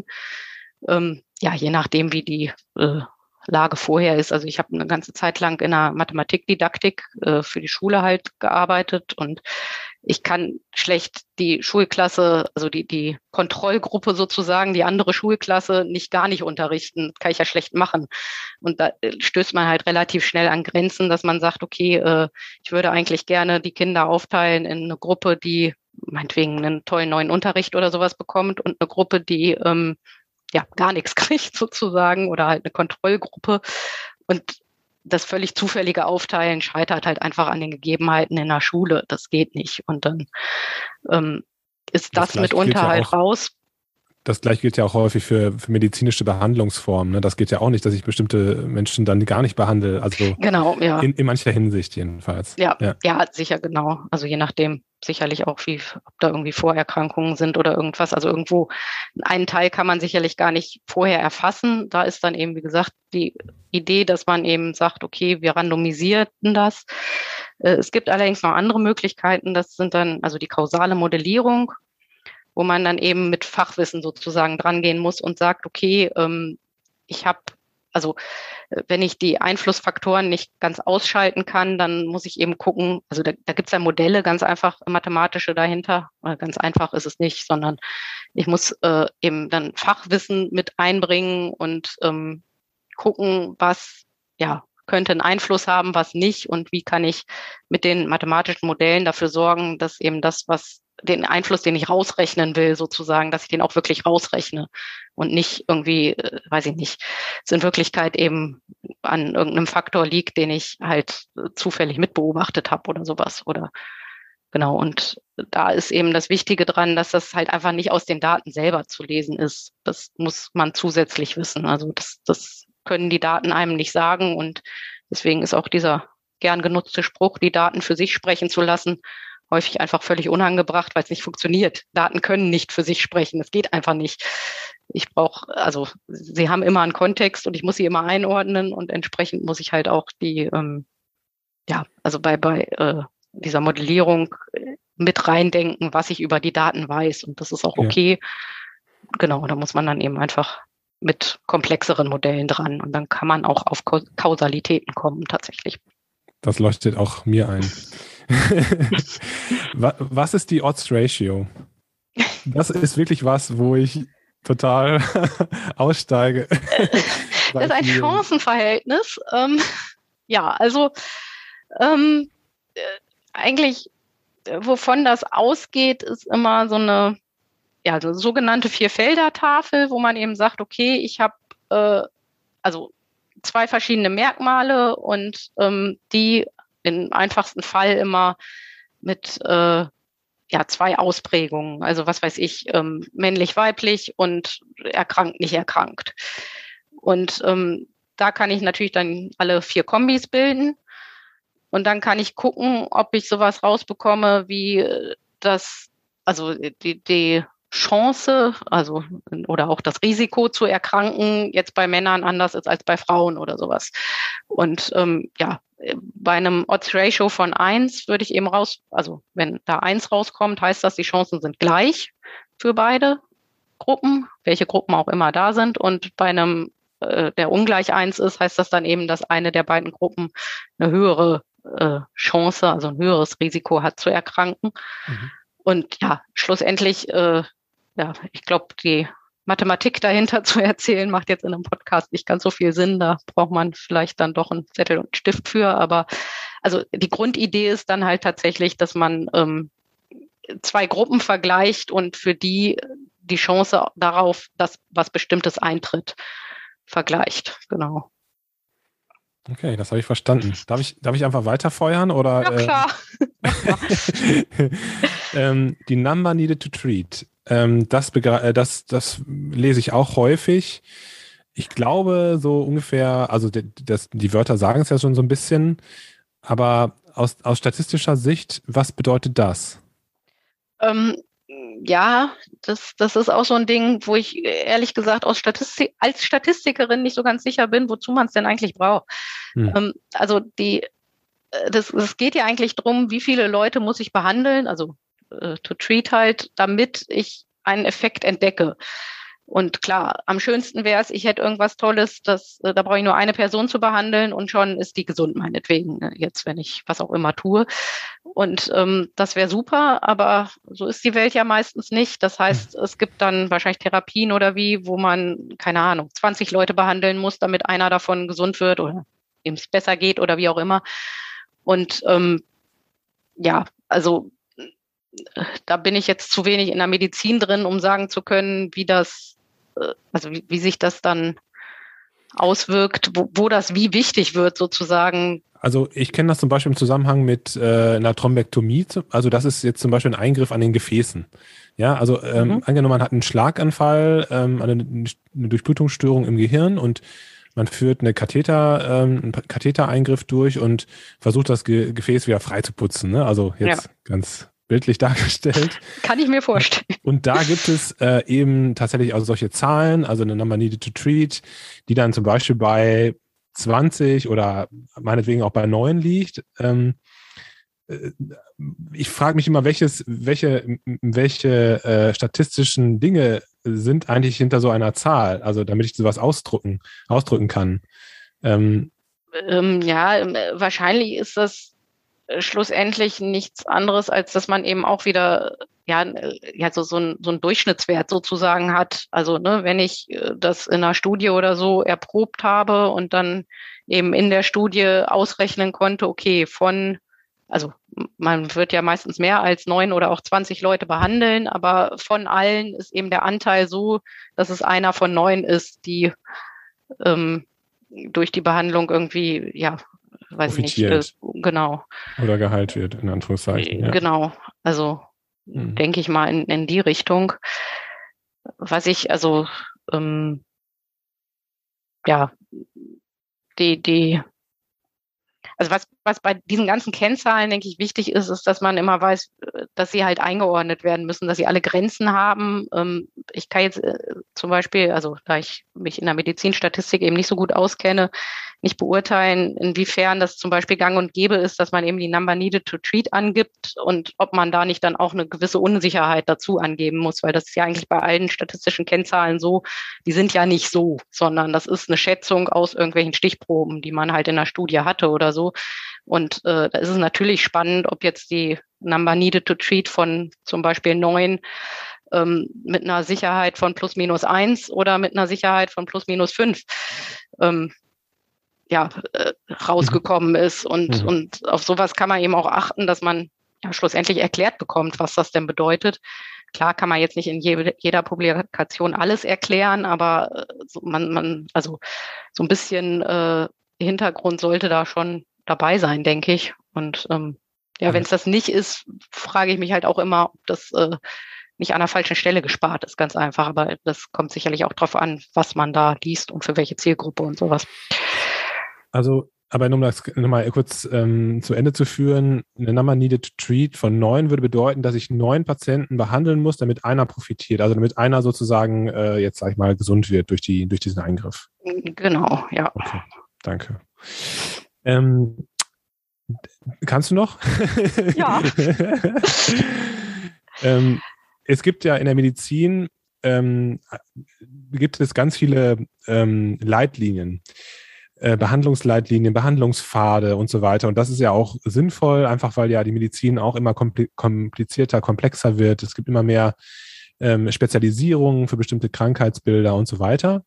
Ähm, ja, je nachdem, wie die äh, Lage vorher ist. Also ich habe eine ganze Zeit lang in der Mathematikdidaktik äh, für die Schule halt gearbeitet und ich kann schlecht die Schulklasse, also die, die Kontrollgruppe sozusagen, die andere Schulklasse nicht gar nicht unterrichten. Das kann ich ja schlecht machen. Und da stößt man halt relativ schnell an Grenzen, dass man sagt, okay, äh, ich würde eigentlich gerne die Kinder aufteilen in eine Gruppe, die meinetwegen einen tollen neuen Unterricht oder sowas bekommt und eine Gruppe, die ähm, ja gar nichts kriegt sozusagen oder halt eine Kontrollgruppe. Und das völlig zufällige Aufteilen scheitert halt einfach an den Gegebenheiten in der Schule. Das geht nicht. Und dann ähm, ist das, das mitunter ja halt auch raus. Das gleiche gilt ja auch häufig für, für medizinische Behandlungsformen. Ne? Das geht ja auch nicht, dass ich bestimmte Menschen dann gar nicht behandle. Also genau, ja. In, in mancher Hinsicht jedenfalls. Ja, ja, ja, sicher, genau. Also je nachdem sicherlich auch, wie, ob da irgendwie Vorerkrankungen sind oder irgendwas. Also irgendwo einen Teil kann man sicherlich gar nicht vorher erfassen. Da ist dann eben, wie gesagt, die Idee, dass man eben sagt, okay, wir randomisieren das. Es gibt allerdings noch andere Möglichkeiten. Das sind dann also die kausale Modellierung, wo man dann eben mit Fachwissen sozusagen drangehen muss und sagt, okay, ähm, ich habe, also wenn ich die Einflussfaktoren nicht ganz ausschalten kann, dann muss ich eben gucken, also da, da gibt es ja Modelle, ganz einfach mathematische dahinter, ganz einfach ist es nicht, sondern ich muss äh, eben dann Fachwissen mit einbringen und ähm, gucken, was ja könnte einen Einfluss haben, was nicht und wie kann ich mit den mathematischen Modellen dafür sorgen, dass eben das, was den Einfluss, den ich rausrechnen will, sozusagen, dass ich den auch wirklich rausrechne und nicht irgendwie, äh, weiß ich nicht, es in Wirklichkeit eben an irgendeinem Faktor liegt, den ich halt äh, zufällig mitbeobachtet habe oder sowas oder genau. Und da ist eben das Wichtige dran, dass das halt einfach nicht aus den Daten selber zu lesen ist. Das muss man zusätzlich wissen. Also das, das können die Daten einem nicht sagen und deswegen ist auch dieser gern genutzte Spruch, die Daten für sich sprechen zu lassen, häufig einfach völlig unangebracht, weil es nicht funktioniert. Daten können nicht für sich sprechen. Es geht einfach nicht. Ich brauche, also sie haben immer einen Kontext und ich muss sie immer einordnen und entsprechend muss ich halt auch die, ähm, ja, also bei, bei äh, dieser Modellierung mit reindenken, was ich über die Daten weiß. Und das ist auch okay. Ja. Genau, da muss man dann eben einfach mit komplexeren Modellen dran. Und dann kann man auch auf Kausalitäten kommen, tatsächlich. Das leuchtet auch mir ein. Was ist die Odds Ratio? Das ist wirklich was, wo ich total aussteige. Das ist ein Chancenverhältnis. Ähm, ja, also ähm, äh, eigentlich, wovon das ausgeht, ist immer so eine, ja, so eine sogenannte Vier-Felder-Tafel, wo man eben sagt, okay, ich habe äh, also zwei verschiedene Merkmale und ähm, die im einfachsten Fall immer mit äh, ja, zwei Ausprägungen. Also was weiß ich, ähm, männlich-weiblich und erkrankt, nicht erkrankt. Und ähm, da kann ich natürlich dann alle vier Kombis bilden. Und dann kann ich gucken, ob ich sowas rausbekomme, wie das, also die, die Chance, also oder auch das Risiko zu erkranken jetzt bei Männern anders ist als bei Frauen oder sowas. Und ähm, ja, bei einem Odds-Ratio von eins würde ich eben raus, also wenn da eins rauskommt, heißt das, die Chancen sind gleich für beide Gruppen, welche Gruppen auch immer da sind. Und bei einem, äh, der ungleich eins ist, heißt das dann eben, dass eine der beiden Gruppen eine höhere äh, Chance, also ein höheres Risiko hat zu erkranken. Mhm. Und ja, schlussendlich, äh, ja, ich glaube, die Mathematik dahinter zu erzählen, macht jetzt in einem Podcast nicht ganz so viel Sinn. Da braucht man vielleicht dann doch einen Zettel und einen Stift für. Aber also die Grundidee ist dann halt tatsächlich, dass man ähm, zwei Gruppen vergleicht und für die die Chance darauf, dass was Bestimmtes eintritt, vergleicht. Genau. Okay, das habe ich verstanden. Darf ich, darf ich einfach weiterfeuern? Oder, ja, klar. Äh, ähm, die Number Needed to Treat. Ähm, das, das, das lese ich auch häufig. Ich glaube, so ungefähr, also die, das, die Wörter sagen es ja schon so ein bisschen, aber aus, aus statistischer Sicht, was bedeutet das? Ähm, ja, das, das ist auch so ein Ding, wo ich ehrlich gesagt aus Statistik, als Statistikerin nicht so ganz sicher bin, wozu man es denn eigentlich braucht. Hm. Ähm, also die, das, das geht ja eigentlich drum, wie viele Leute muss ich behandeln, also äh, to treat halt, damit ich einen Effekt entdecke. Und klar, am schönsten wäre es, ich hätte irgendwas Tolles, das, da brauche ich nur eine Person zu behandeln und schon ist die gesund, meinetwegen, jetzt, wenn ich was auch immer tue. Und ähm, das wäre super, aber so ist die Welt ja meistens nicht. Das heißt, es gibt dann wahrscheinlich Therapien oder wie, wo man, keine Ahnung, zwanzig Leute behandeln muss, damit einer davon gesund wird oder ihm es besser geht oder wie auch immer. Und ähm, ja, also da bin ich jetzt zu wenig in der Medizin drin, um sagen zu können, wie das, also wie, wie sich das dann auswirkt, wo, wo das wie wichtig wird sozusagen. Also ich kenne das zum Beispiel im Zusammenhang mit äh, einer Thrombektomie. Also das ist jetzt zum Beispiel ein Eingriff an den Gefäßen. Ja, also ähm, mhm. angenommen, man hat einen Schlaganfall, ähm, eine, eine Durchblutungsstörung im Gehirn und man führt eine Katheter, ähm, einen Kathetereingriff durch und versucht das Ge- Gefäß wieder frei zu putzen. Ne? Also jetzt ja. ganz bildlich dargestellt. Kann ich mir vorstellen. Und da gibt es äh, eben tatsächlich also solche Zahlen, also eine Number needed to treat, die dann zum Beispiel bei zwanzig oder meinetwegen auch bei neun liegt. Ähm, äh, ich frage mich immer, welches, welche, welche äh, statistischen Dinge sind eigentlich hinter so einer Zahl, also damit ich sowas ausdrücken, ausdrücken kann. Ähm, ähm, ja, wahrscheinlich ist das schlussendlich nichts anderes, als dass man eben auch wieder ja, ja so, so, ein, so ein Durchschnittswert sozusagen hat. Also ne, wenn ich das in einer Studie oder so erprobt habe und dann eben in der Studie ausrechnen konnte, okay, von, also man wird ja meistens mehr als neun oder auch zwanzig Leute behandeln, aber von allen ist eben der Anteil so, dass es einer von neun ist, die ähm, durch die Behandlung irgendwie, ja, weiß ich nicht, äh, genau. Oder geheilt wird, in Anführungszeichen. Ja. Genau, also mhm. denke ich mal in, in die Richtung. Was ich, also, ähm, ja, die, die, Also was, was bei diesen ganzen Kennzahlen, denke ich, wichtig ist, ist, dass man immer weiß, dass sie halt eingeordnet werden müssen, dass sie alle Grenzen haben. Ich kann jetzt zum Beispiel, also da ich mich in der Medizinstatistik eben nicht so gut auskenne, nicht beurteilen, inwiefern das zum Beispiel gang und gäbe ist, dass man eben die Number Needed to Treat angibt und ob man da nicht dann auch eine gewisse Unsicherheit dazu angeben muss, weil das ist ja eigentlich bei allen statistischen Kennzahlen so, die sind ja nicht so, sondern das ist eine Schätzung aus irgendwelchen Stichproben, die man halt in der Studie hatte oder so. Und äh, da ist es natürlich spannend, ob jetzt die Number Needed to Treat von zum Beispiel neun ähm, mit einer Sicherheit von plus minus eins oder mit einer Sicherheit von plus minus fünf ähm, ja, äh, rausgekommen ist. Und, mhm. und auf sowas kann man eben auch achten, dass man ja schlussendlich erklärt bekommt, was das denn bedeutet. Klar kann man jetzt nicht in je, jeder Publikation alles erklären, aber so man, man, also so ein bisschen äh, Hintergrund sollte da schon dabei sein, denke ich. Und ähm, ja, wenn es das nicht ist, frage ich mich halt auch immer, ob das äh, nicht an der falschen Stelle gespart ist, ganz einfach. Aber das kommt sicherlich auch drauf an, was man da liest und für welche Zielgruppe und sowas. Also, aber um das nochmal kurz ähm, zu Ende zu führen, eine Number Needed to Treat von neun würde bedeuten, dass ich neun Patienten behandeln muss, damit einer profitiert, also damit einer sozusagen äh, jetzt, sag ich mal, gesund wird durch, die, durch diesen Eingriff. Genau, ja. Okay, danke. Ähm, kannst du noch? Ja. ähm, es gibt ja in der Medizin, ähm, gibt es ganz viele ähm, Leitlinien. Behandlungsleitlinien, Behandlungspfade und so weiter. Und das ist ja auch sinnvoll, einfach weil ja die Medizin auch immer komplizierter, komplexer wird. Es gibt immer mehr ähm, Spezialisierungen für bestimmte Krankheitsbilder und so weiter.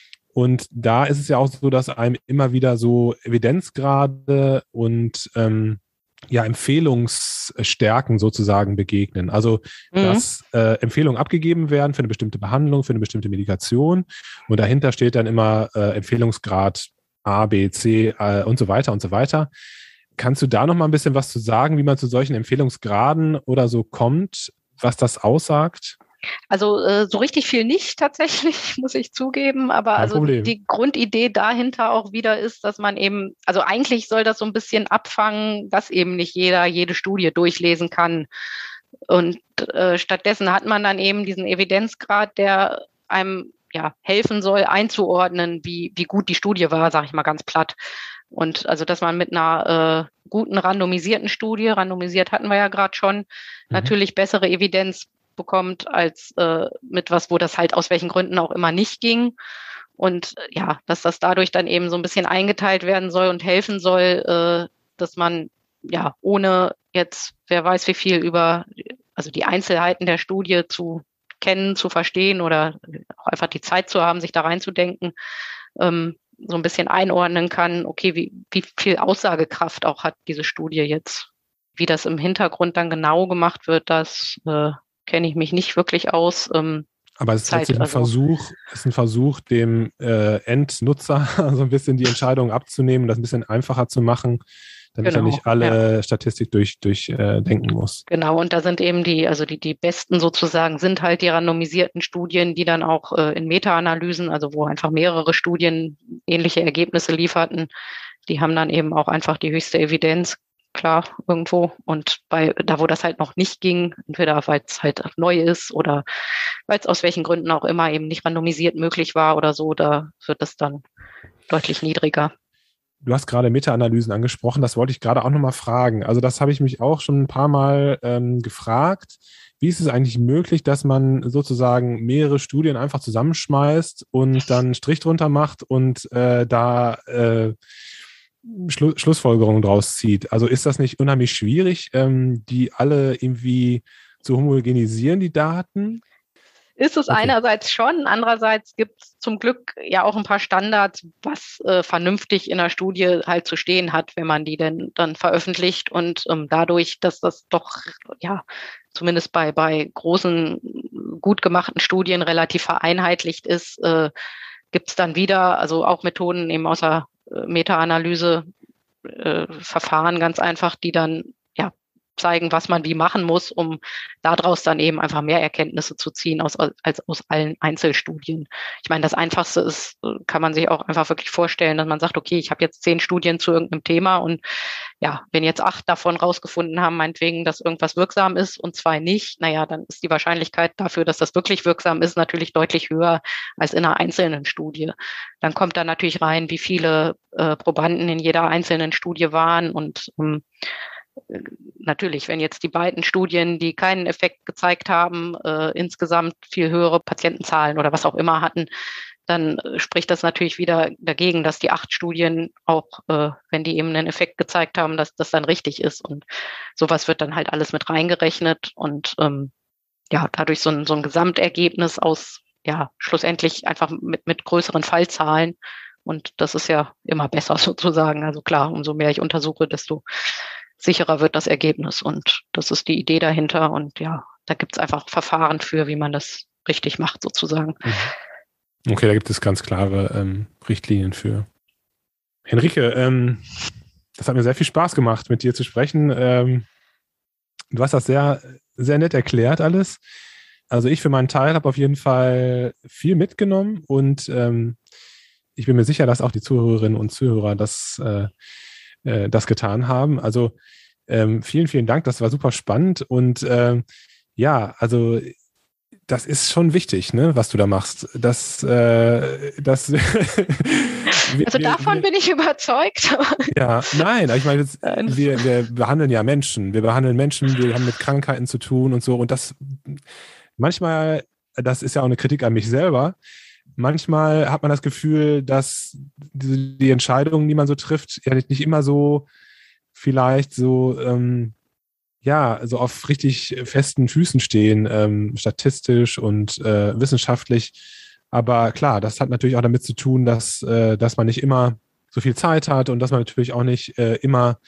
Und da ist es ja auch so, dass einem immer wieder so Evidenzgrade und ähm, ja, Empfehlungsstärken sozusagen begegnen. Also, mhm. dass äh, Empfehlungen abgegeben werden für eine bestimmte Behandlung, für eine bestimmte Medikation. Und dahinter steht dann immer äh, Empfehlungsgrad A, B, C äh, und so weiter und so weiter. Kannst du da noch mal ein bisschen was zu sagen, wie man zu solchen Empfehlungsgraden oder so kommt, was das aussagt? Also äh, so richtig viel nicht tatsächlich, muss ich zugeben, aber Kein also Problem. Die Grundidee dahinter auch wieder ist, dass man eben, also eigentlich soll das so ein bisschen abfangen, dass eben nicht jeder jede Studie durchlesen kann. Und äh, stattdessen hat man dann eben diesen Evidenzgrad, der einem ja, helfen soll, einzuordnen, wie, wie gut die Studie war, sage ich mal ganz platt. Und also, dass man mit einer äh, guten randomisierten Studie, randomisiert hatten wir ja gerade schon, mhm. natürlich bessere Evidenz bekommt, als äh, mit was, wo das halt aus welchen Gründen auch immer nicht ging. Und ja, dass das dadurch dann eben so ein bisschen eingeteilt werden soll und helfen soll, äh, dass man ja ohne jetzt, wer weiß wie viel über, also die Einzelheiten der Studie zu kennen, zu verstehen oder auch einfach die Zeit zu haben, sich da reinzudenken, ähm, so ein bisschen einordnen kann, okay, wie, wie viel Aussagekraft auch hat diese Studie jetzt. Wie das im Hintergrund dann genau gemacht wird, das äh, kenne ich mich nicht wirklich aus. Ähm, Aber es ist Zeit, letztlich ein also, Versuch, es ist ein Versuch, dem äh, Endnutzer so ein bisschen die Entscheidung abzunehmen, das ein bisschen einfacher zu machen, damit genau, er nicht alle ja. Statistik durch, durch äh, denken muss. Genau, und da sind eben die, also die, die besten sozusagen sind halt die randomisierten Studien, die dann auch äh, in Meta-Analysen, also wo einfach mehrere Studien ähnliche Ergebnisse lieferten, die haben dann eben auch einfach die höchste Evidenz, klar, irgendwo. Und bei da, wo das halt noch nicht ging, entweder weil es halt neu ist oder weil es aus welchen Gründen auch immer eben nicht randomisiert möglich war oder so, da wird es dann deutlich niedriger. Du hast gerade Meta-Analysen angesprochen, das wollte ich gerade auch nochmal fragen. Also das habe ich mich auch schon ein paar Mal ähm, gefragt. Wie ist es eigentlich möglich, dass man sozusagen mehrere Studien einfach zusammenschmeißt und dann einen Strich drunter macht und äh, da äh, Schlu- Schlussfolgerungen draus zieht? Also ist das nicht unheimlich schwierig, ähm, die alle irgendwie zu homogenisieren, die Daten? Ist es okay. Einerseits schon, andererseits gibt es zum Glück ja auch ein paar Standards, was äh, vernünftig in der Studie halt zu stehen hat, wenn man die denn dann veröffentlicht. Und ähm, dadurch, dass das doch ja zumindest bei bei großen, gut gemachten Studien relativ vereinheitlicht ist, äh, gibt es dann wieder, also auch Methoden eben außer äh, Meta-Analyse, äh, Verfahren ganz einfach, die dann ja zeigen, was man wie machen muss, um daraus dann eben einfach mehr Erkenntnisse zu ziehen aus, als aus allen Einzelstudien. Ich meine, das Einfachste ist, kann man sich auch einfach wirklich vorstellen, dass man sagt, okay, ich habe jetzt zehn Studien zu irgendeinem Thema und ja, wenn jetzt acht davon rausgefunden haben, meinetwegen, dass irgendwas wirksam ist und zwei nicht, naja, dann ist die Wahrscheinlichkeit dafür, dass das wirklich wirksam ist, natürlich deutlich höher als in einer einzelnen Studie. Dann kommt da natürlich rein, wie viele äh, Probanden in jeder einzelnen Studie waren und ähm, natürlich, wenn jetzt die beiden Studien, die keinen Effekt gezeigt haben, äh, insgesamt viel höhere Patientenzahlen oder was auch immer hatten, dann äh, spricht das natürlich wieder dagegen, dass die acht Studien auch, äh, wenn die eben einen Effekt gezeigt haben, dass das dann richtig ist. Und sowas wird dann halt alles mit reingerechnet und ähm, ja, dadurch so ein, so ein Gesamtergebnis aus, ja, schlussendlich einfach mit, mit größeren Fallzahlen. Und das ist ja immer besser sozusagen. Also klar, umso mehr ich untersuche, desto sicherer wird das Ergebnis. Und das ist die Idee dahinter. Und ja, da gibt es einfach Verfahren für, wie man das richtig macht sozusagen. Okay, da gibt es ganz klare ähm, Richtlinien für. Henrike, ähm, das hat mir sehr viel Spaß gemacht, mit dir zu sprechen. Ähm, du hast das sehr, sehr nett erklärt alles. Also ich für meinen Teil habe auf jeden Fall viel mitgenommen und ähm, ich bin mir sicher, dass auch die Zuhörerinnen und Zuhörer das äh, das getan haben. Also ähm, vielen, vielen Dank. Das war super spannend. Und ähm, ja, also das ist schon wichtig, ne, was du da machst. Das, äh, das wir, also davon wir, bin ich überzeugt. Ja, nein, ich meine, jetzt, wir, wir behandeln ja Menschen. Wir behandeln Menschen, wir haben mit Krankheiten zu tun und so. Und das manchmal, das ist ja auch eine Kritik an mich selber, manchmal hat man das Gefühl, dass die, die Entscheidungen, die man so trifft, ja nicht, nicht immer so vielleicht so, ähm, ja, so auf richtig festen Füßen stehen, ähm, statistisch und äh, wissenschaftlich. Aber klar, das hat natürlich auch damit zu tun, dass, äh, dass man nicht immer so viel Zeit hat und dass man natürlich auch nicht äh, immer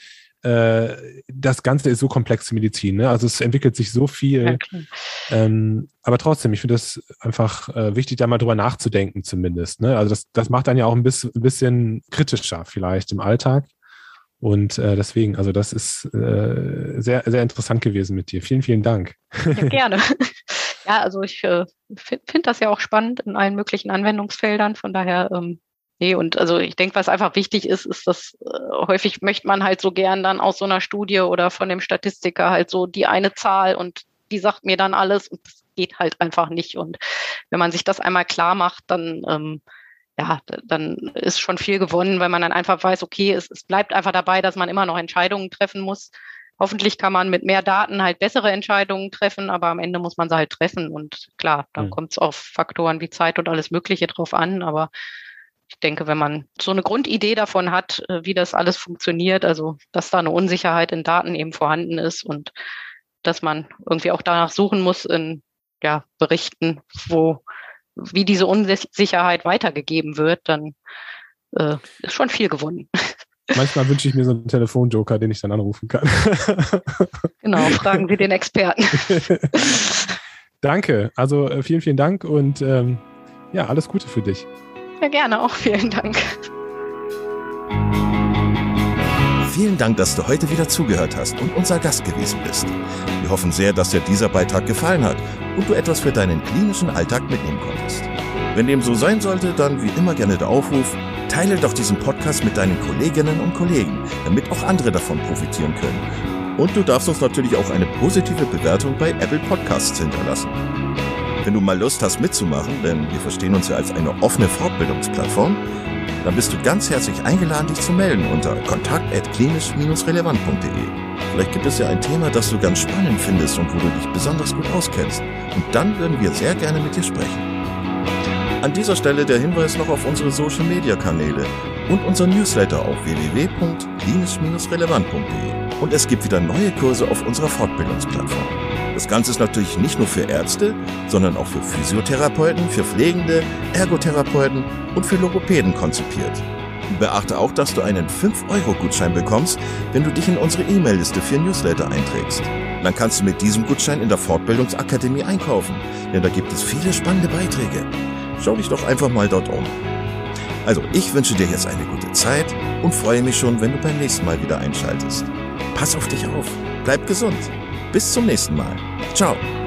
äh, das Ganze ist so komplexe Medizin, ne? Also es entwickelt sich so viel. Ja, ähm, aber trotzdem, ich finde es einfach äh, wichtig, da mal drüber nachzudenken zumindest, ne? Also das, das macht dann ja auch ein bisschen, ein bisschen kritischer vielleicht im Alltag. Und äh, deswegen, also das ist äh, sehr, sehr interessant gewesen mit dir. Vielen, vielen Dank. Ja, gerne. Ja, also ich äh, finde find das ja auch spannend in allen möglichen Anwendungsfeldern. Von daher, ähm, nee, und also ich denke, was einfach wichtig ist, ist, dass äh, häufig möchte man halt so gern dann aus so einer Studie oder von dem Statistiker halt so die eine Zahl und die sagt mir dann alles und das geht halt einfach nicht. Und wenn man sich das einmal klar macht, dann ähm, ja, dann ist schon viel gewonnen, weil man dann einfach weiß, okay, es, es bleibt einfach dabei, dass man immer noch Entscheidungen treffen muss. Hoffentlich kann man mit mehr Daten halt bessere Entscheidungen treffen, aber am Ende muss man sie halt treffen. Und klar, dann mhm. kommt es auf Faktoren wie Zeit und alles Mögliche drauf an. Aber ich denke, wenn man so eine Grundidee davon hat, wie das alles funktioniert, also dass da eine Unsicherheit in Daten eben vorhanden ist und dass man irgendwie auch danach suchen muss in ja, Berichten, wo wie diese Unsicherheit weitergegeben wird, dann äh, ist schon viel gewonnen. Manchmal wünsche ich mir so einen Telefonjoker, den ich dann anrufen kann. Genau, fragen Sie den Experten. Danke, also vielen, vielen Dank und ähm, ja, alles Gute für dich. Ja, gerne auch, vielen Dank. Vielen Dank, dass du heute wieder zugehört hast und unser Gast gewesen bist. Wir hoffen sehr, dass dir dieser Beitrag gefallen hat und du etwas für deinen klinischen Alltag mitnehmen konntest. Wenn dem so sein sollte, dann wie immer gerne der Aufruf, teile doch diesen Podcast mit deinen Kolleginnen und Kollegen, damit auch andere davon profitieren können. Und du darfst uns natürlich auch eine positive Bewertung bei Apple Podcasts hinterlassen. Wenn du mal Lust hast mitzumachen, denn wir verstehen uns ja als eine offene Fortbildungsplattform, dann bist du ganz herzlich eingeladen, dich zu melden unter kontakt at klinisch relevant punkt de. Vielleicht gibt es ja ein Thema, das du ganz spannend findest und wo du dich besonders gut auskennst. Und dann würden wir sehr gerne mit dir sprechen. An dieser Stelle der Hinweis noch auf unsere Social-Media-Kanäle und unser Newsletter auf w w w punkt klinisch relevant punkt de. Und es gibt wieder neue Kurse auf unserer Fortbildungsplattform. Das Ganze ist natürlich nicht nur für Ärzte, sondern auch für Physiotherapeuten, für Pflegende, Ergotherapeuten und für Logopäden konzipiert. Beachte auch, dass du einen fünf Euro Gutschein bekommst, wenn du dich in unsere E-Mail-Liste für Newsletter einträgst. Dann kannst du mit diesem Gutschein in der Fortbildungsakademie einkaufen, denn da gibt es viele spannende Beiträge. Schau dich doch einfach mal dort um. Also, ich wünsche dir jetzt eine gute Zeit und freue mich schon, wenn du beim nächsten Mal wieder einschaltest. Pass auf dich auf. Bleib gesund. Bis zum nächsten Mal. Ciao.